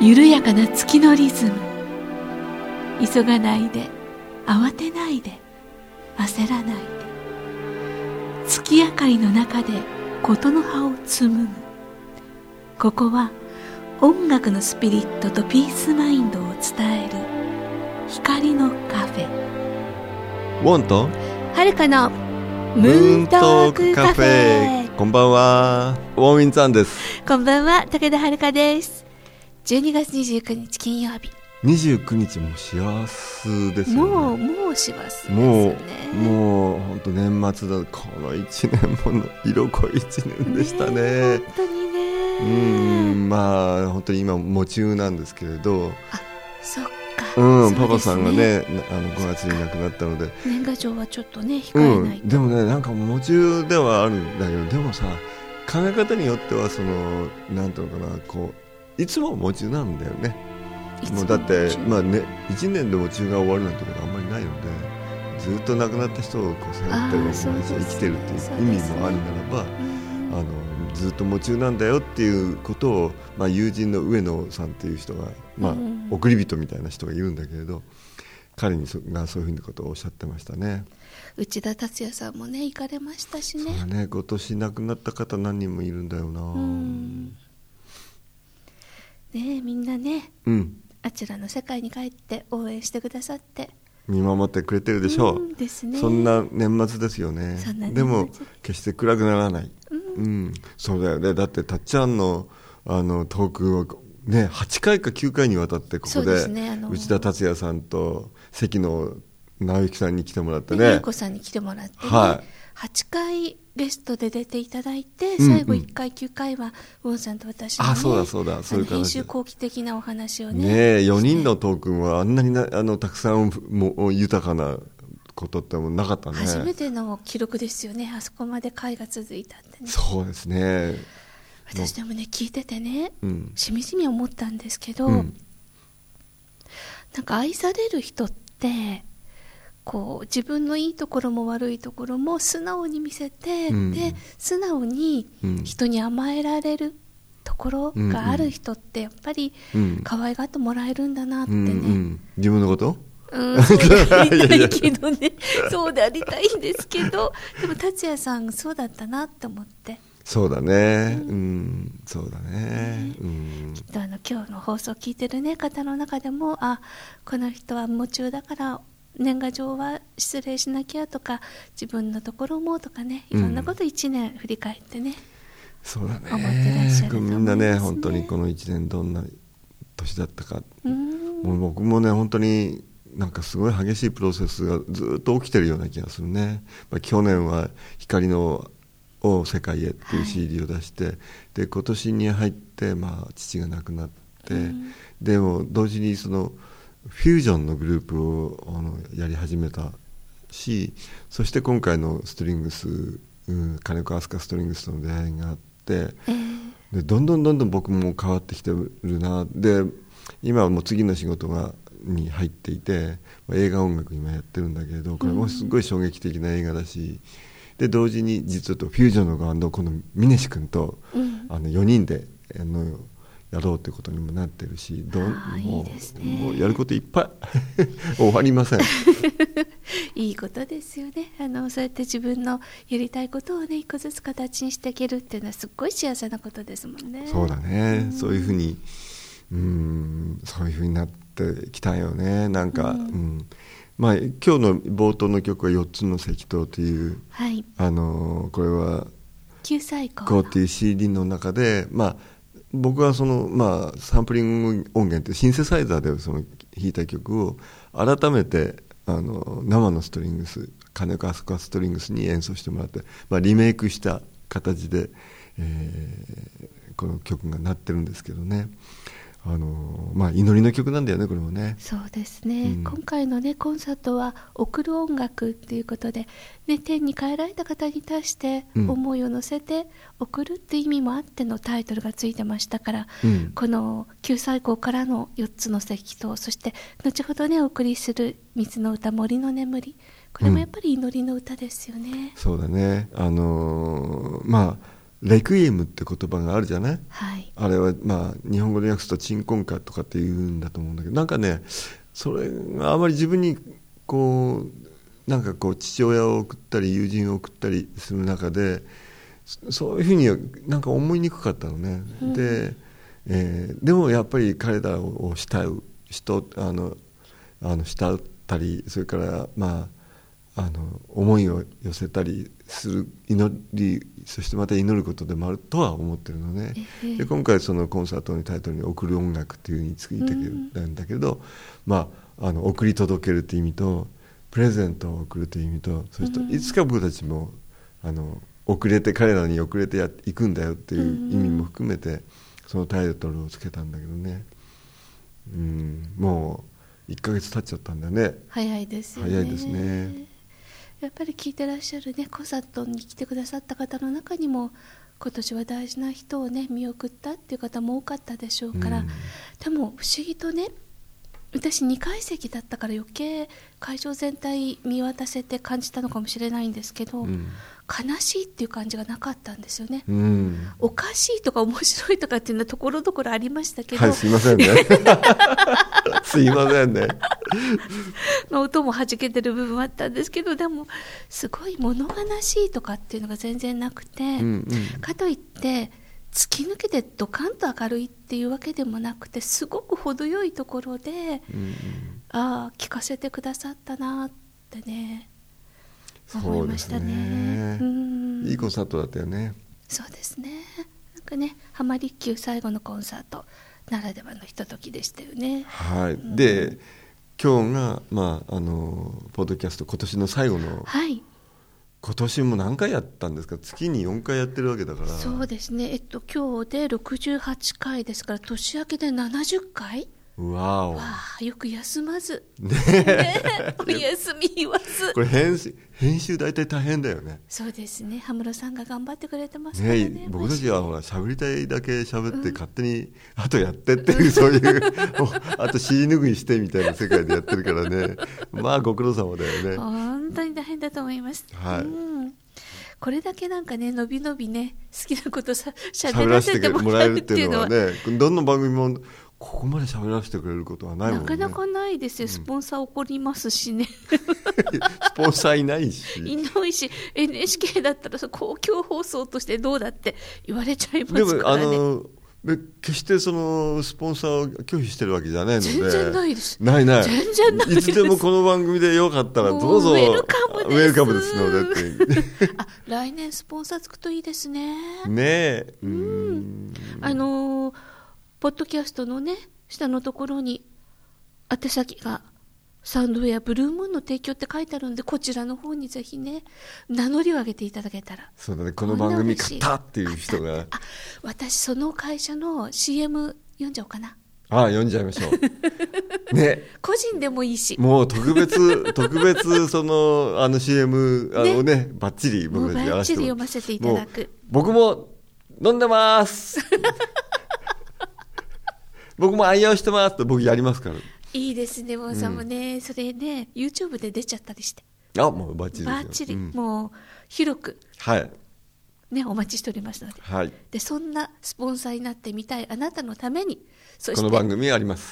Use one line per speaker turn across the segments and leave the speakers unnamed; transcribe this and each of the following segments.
緩やかな月のリズム。急がないで、慌てないで、焦らないで、月明かりの中で事の葉を紡ぐ。ここは音楽のスピリットとピースマインドを伝える光のカフェ。
ウォンと
はるかのムーントークカフェ。
こんばんは、ウォンウィンさんです。
こんばんは、武田遥です。12月29日金曜日。
29日も幸せですよね。
もう幸せですね。
もう本当年末だ。この1年も色濃い1年でしたね。
本当にね。
まあ本当に今夢中なんですけれど。
あ、そっか。
パパさんがね、5月に亡くなったので
年賀状はちょっとね控えないと、
でもね、なんか夢中ではあるんだけど、でもさ、考え方によってはなんていうのかな、こういつも夢中なんだよね。もうだって、1年で夢中が終わるなんてことはあんまりないので、ずっと亡くなった人をこう背負ってる、生きてるっていう意味もあるならば、ずっと夢中なんだよっていうことを、友人の上野さんっていう人が、送り人みたいな人がいるんだけれど、彼がそういうふうなことをおっしゃってましたね。
内田達也さんもね行かれましたしね。
そうね、今年亡くなった方何人もいるんだよな。
ねえ、みんなね、あちらの世界に帰って応援してくださって
見守ってくれてるでしょう。
ですね、
そんな年末ですよね。でも決して暗くならない。そうだよね。だってたっちゃんのトークをね、8回か9回にわたってここで内田達也さんと関野直之さんに来てもらってね、
優子さんに来てもらってね、8回ゲストで出ていただいて、最後1回9回はウォンさんと私の、ね、
そうだ
編集後期的なお話をね、
4人のトークはあんなにたくさんも豊かなことってもなかったね。
初めての記録ですよね、あそこまで回が続いたってね。
そうですね。
私でもね聞いててね、しみじみ思ったんですけど、なんか愛される人ってこう自分のいいところも悪いところも素直に見せて、で素直に人に甘えられるところがある人ってやっぱり可愛がってもらえるんだなってね、
自分のこと
そうでありたいけどねそうでありたいんですけど、でも達也さんそうだったなって思って。
そうだね、そうだね、
きっと今日の放送を聞いてる、ね、方の中でも、この人は夢中だから年賀状は失礼しなきゃとか、自分のところもとかね、いろんなこと1年振り返ってね、
そうだね、
思ってらっしゃると思いますね。
みんなね、本当にこの1年どんな年だったか、もう僕もね本当になんかすごい激しいプロセスがずっと起きてるような気がするね。去年は光の世界へっていう CD を出して、で今年に入って、父が亡くなって、でも同時にフュージョンのグループをやり始めたし、そして今回のストリングス、金子飛鳥ストリングスとの出会いがあって、でどんどん僕も変わってきてるな。で今はもう次の仕事に入っていて、映画音楽今やってるんだけれど、これもすごい衝撃的な映画だし、で同時に実はフュージョンの側のこの峰志君と、4人でやろうということにもなってるし、もうやることいっぱい終わりません
いいことですよね。そうやって自分のやりたいことをね一個ずつ形にしていけるっていうのはすっごい幸せなことですもんね。
そうだね、そういうふうにそういうふうになってきたよね。なんか、今日の冒頭の曲は4つの石塔という、これは
九歳以
降っていう CD の中で、僕はサンプリング音源ってシンセサイザーで弾いた曲を改めて生のストリングス、金子飛鳥ストリングスに演奏してもらって、リメイクした形で、この曲がなってるんですけどね。祈りの曲なんだよね、これもね。
そうですね、今回のねコンサートは贈る音楽っていうことで、天に帰られた方に対して思いを乗せて贈るっていう意味もあってのタイトルがついてましたから、この九歳以降からの4つの石塔、そして後ほどねお送りする水の歌森の眠り、これもやっぱり祈りの歌ですよね。
そうだね。 レクイエムって言葉があるじゃない、
はい、
あれはまあ日本語で訳すと鎮魂歌とかっていうんだと思うんだけど、なんかねそれがあまり自分にこうなんかこう父親を送ったり友人を送ったりする中でそういうふうになんか思いにくかったのね、うん、で、でもやっぱり彼らを慕う慕ったり、それからまあ思いを寄せたりする祈り、そしてまた祈ることでもあるとは思ってるのね、で今回そのコンサートのタイトルに送る音楽っていう風についてるんだけど、まあ送り届けるという意味とプレゼントを送るという意味と、そしていつか僕たちも彼らに遅れていくんだよっていう意味も含めてそのタイトルをつけたんだけどね、もう1ヶ月経っちゃったんだね。
早いですよね。
早いですね。
やっぱり聞いてらっしゃるね、コンサートに来てくださった方の中にも今年は大事な人をね見送ったっていう方も多かったでしょうから、でも不思議とね、私2階席だったから余計会場全体見渡せて感じたのかもしれないんですけど、悲しいっていう感じがなかったんですよね、おかしいとか面白いとかっていうのはところどころありましたけど、
はい、すいませんねすいませんね
音も弾けてる部分はあったんですけど、でもすごい物悲しいとかっていうのが全然なくて、かといって突き抜けてドカンと明るいっていうわけでもなくて、すごく程よいところで、ああ聞かせてくださったなってね思いましたね。
いいコンサートだったよね。
そうですね。なんかね、浜離宮最後のコンサートならではのひとときでしたよね。
はい、で今日が、ポッドキャスト今年の最後の、
はい、
今年も何回やったんですか。月に4回やってるわけだから。
そうですね、今日で68回ですから年明けで70回。
わお、
よく休まず、
ね
お休み言わず。
これ編集大体大変だよね。
そうですね、羽室さんが頑張ってくれてますからね。
僕たちはほら喋りたいだけ喋って勝手にあとやってっていう、そういうあと尻拭いしてみたいな世界でやってるからねまあご苦労様だよね。
本当に大変だと思います、これだけなんかねのびのびね好きなこと喋らせてもらうっていうのはね、
どんな番組もここまで喋らせてくれることはないもんね。
なかなかないですよ。スポンサー怒りますしね
スポンサーいないし
NHK だったら公共放送としてどうだって言われちゃいますからね。
でも決してそのスポンサーを拒否してるわけじゃないので。
全然ないです。
ない
全然ないです。
いつでもこの番組でよかったらどうぞ
ウェルカムです
のでって
来年スポンサーつくといいですね。
ねえ、
ポッドキャストのね下のところに宛先がサウンドウェアブルームーンの提供って書いてあるんで、こちらの方にぜひね名乗りを上げていただけたら。
そうだね、この番組買ったっていう人が
私その会社の CM 読んじゃおうかな。
読んじゃいましょうね。
個人でもいいし、
もう特別そのCM をねバッチリ僕たちやらせて
読ませていただく。
僕も飲んでます僕も愛用してますって僕やりますから。
いいですね、もうさんもね、それね YouTube で出ちゃったりして。
もうバッチリですよ。
バッチリ、もう広くねお待ちしておりますので、でそんなスポンサーになってみたいあなたのために、そして
この番組あります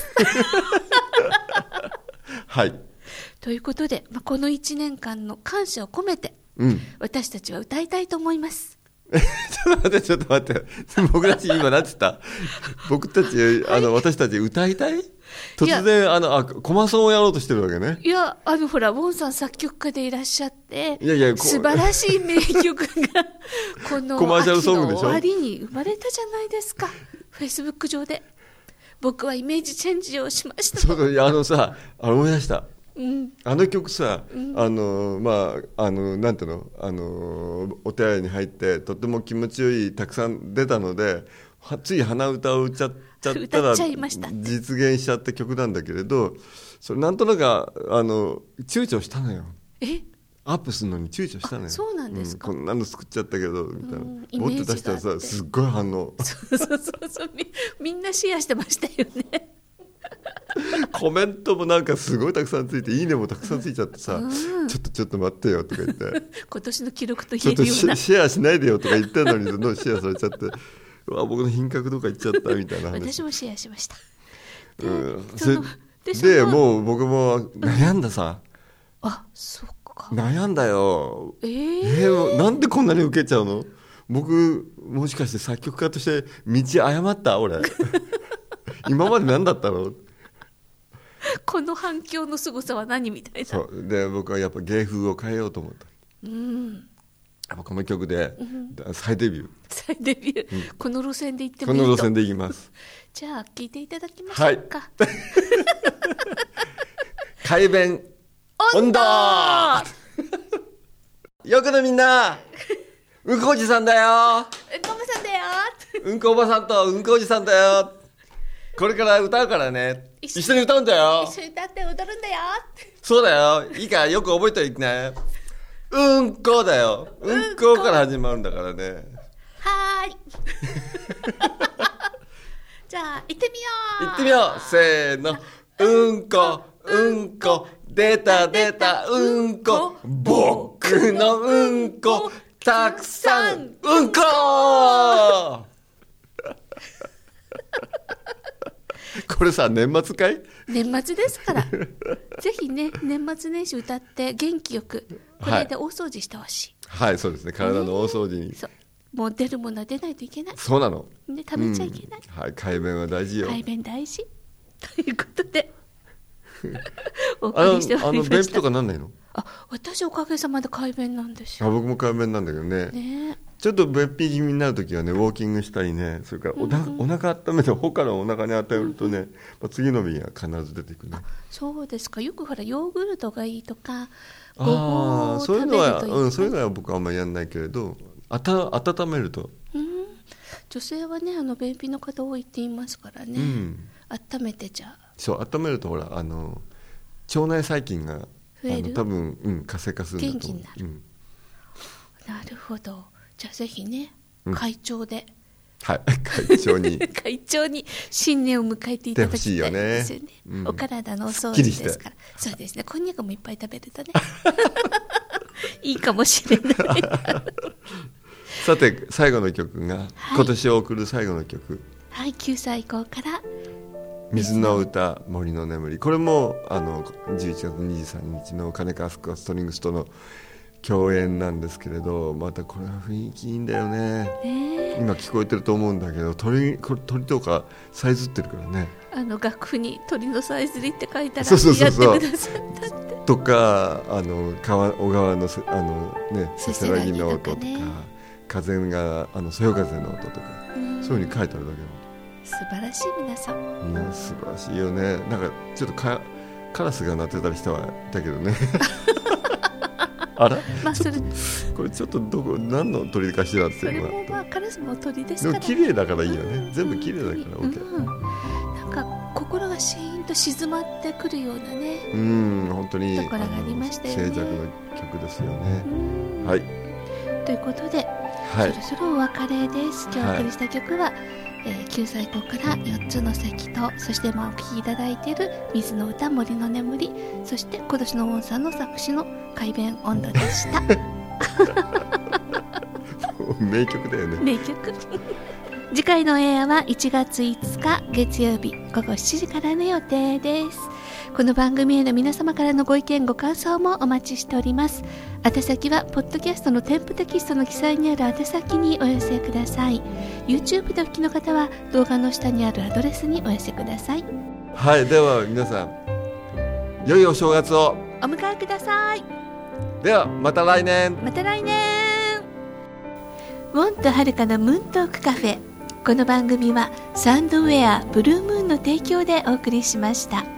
はい
ということで、この1年間の感謝を込めて、私たちは歌いたいと思います。
ちょっと待って僕たち今何て言った僕たち私たち歌いたい突然コマソンをやろうとしてるわけね。
いやほらウォンさん作曲家でいらっしゃって、素晴らしい名曲がこの
コマーシャルソングでしょ。
秋の終わりに生まれたじゃないですか。フェイスブック上で僕はイメージチェンジをしました。
そう思い出した。あの曲さ、なんていうの、お手洗いに入ってとても気持ちよいたくさん出たのでつい鼻歌を歌っちゃったら実現しちゃった曲なんだけれど、それなんとなく躊躇したのよ。アップするのに躊躇したのよ。
そうなんですか。
こんなの作っちゃったけどみたいな、持って出したらさすっごい反応
そうみんなシェアしてましたよね
こコメントもなんかすごいたくさんついて、いいねもたくさんついちゃってさ、ちょっと待ってよとか言って
今年の記録と言
ちょっと
えるような
シェアしないでよとか言ってんのにどんどんシェアされちゃって、うわ僕の品格とか言っちゃったみたいな話。
私もシェアしました。
でもう僕も悩んださ、
あ、そっか、
悩んだよ。なんでこんなに受けちゃうの。僕もしかして作曲家として道誤った俺今まで何だったの
この反響の凄さは何みたいな。
そうで僕はやっぱ芸風を変えようと思った。やっぱこの曲で再デビュー、
この路線で行ってもいいと。
この路線で行きます
じゃあ聴いていただきましょうか、はい、
改弁温度よくのみんな、うんこおじさんだよ、
うんこおばさんだよ、
うんこおばさんとうんこおじさんだよ。これから歌うからね、一緒に歌うんだよ、
一緒に歌って踊るんだよ。
そうだよ、いいかよく覚えておいてね。うんこだよ、うんこから始まるんだからね。
はーいじゃあ行って
みようせーの、うんこうんこ出たうんこ、僕のうんこたくさんうんここれさ年末かい？
年末ですからぜひね、年末年始歌って元気よくこれで大掃除してほしい。
はい、そうですね、体の大掃除に、
そうもう出るものは出ないといけない。
そうなの、
で食べちゃいけない、
はい、改便は大事よ。
改便大事ということでお送りしておりました。
便秘とかなんないの？
私おかげさまで改便なんですよ。
僕も改便なんだけどね、ちょっと便秘気味になるときはね、ウォーキングしたりね、それからお腹温めて、ほからお腹に温めるとね、次の便が必ず出てくるね。
そうですか。よくほらヨーグルトがいいとか、ごぼうを
そういうのは、そういうの
は
は僕はあんまりやんないけれど、温めると、
女性はね便秘の方多いって言いますからね、温めて、じゃあ
そう温めるとほら腸内細菌が
増える、
多分、活性化するんだと思う。
元気になる、なるほど。じゃあぜひね、会長で、
はい、会長に
会長に新年を迎えていただきたいですよね。お体のお掃除ですから。そうですね、こんにゃくもいっぱい食べるとねいいかもしれない
さて最後の曲が、今年を送る最後の曲、
はい、9歳以降から
水の歌森の眠り。これも11月23日の金川ストリングスとの共演なんですけれど、またこれは雰囲気いいんだよね。今聞こえてると思うんだけど、鳥とかさえずってるからね。
楽譜に鳥のさえずりって書いたら
そう
やってくださったって
とか、小川のせせらぎの音とか、風がそよ風の音とか、そういうふうに書いてあるだけの。
素晴らしい皆さん。
いや素晴らしいよね。なんかちょっとカラスが鳴ってたりしたわだけどねあら、それこれちょっと何の鳥かしらっていうのは、
それもカラスも鳥ですから。
でも綺麗だからいいよね、全部綺麗だから OK、
なんか心がシーンと静まってくるようなね、
本当に
ところがありましたよね。
静寂の曲ですよね。はい、
ということで、そろそろお別れです。今日お送りした曲は、9歳以降から4つの席と、そしてお聴きいただいている水の歌森の眠り、そして今年のウォンさんの作詞の改弁温度でした
名曲だよね、
名曲次回のエアは1月5日月曜日午後7時からの予定です。この番組への皆様からのご意見ご感想もお待ちしております。宛先はポッドキャストの添付テキストの記載にある宛先にお寄せください。 YouTube でお聞きの方は動画の下にあるアドレスにお寄せください。
はい、では皆さん良いお正月を
お迎えください。
ではまた来年。
また来年。ウォンとはるかのムーントークカフェ。この番組はサンドウェアブルームーンの提供でお送りしました。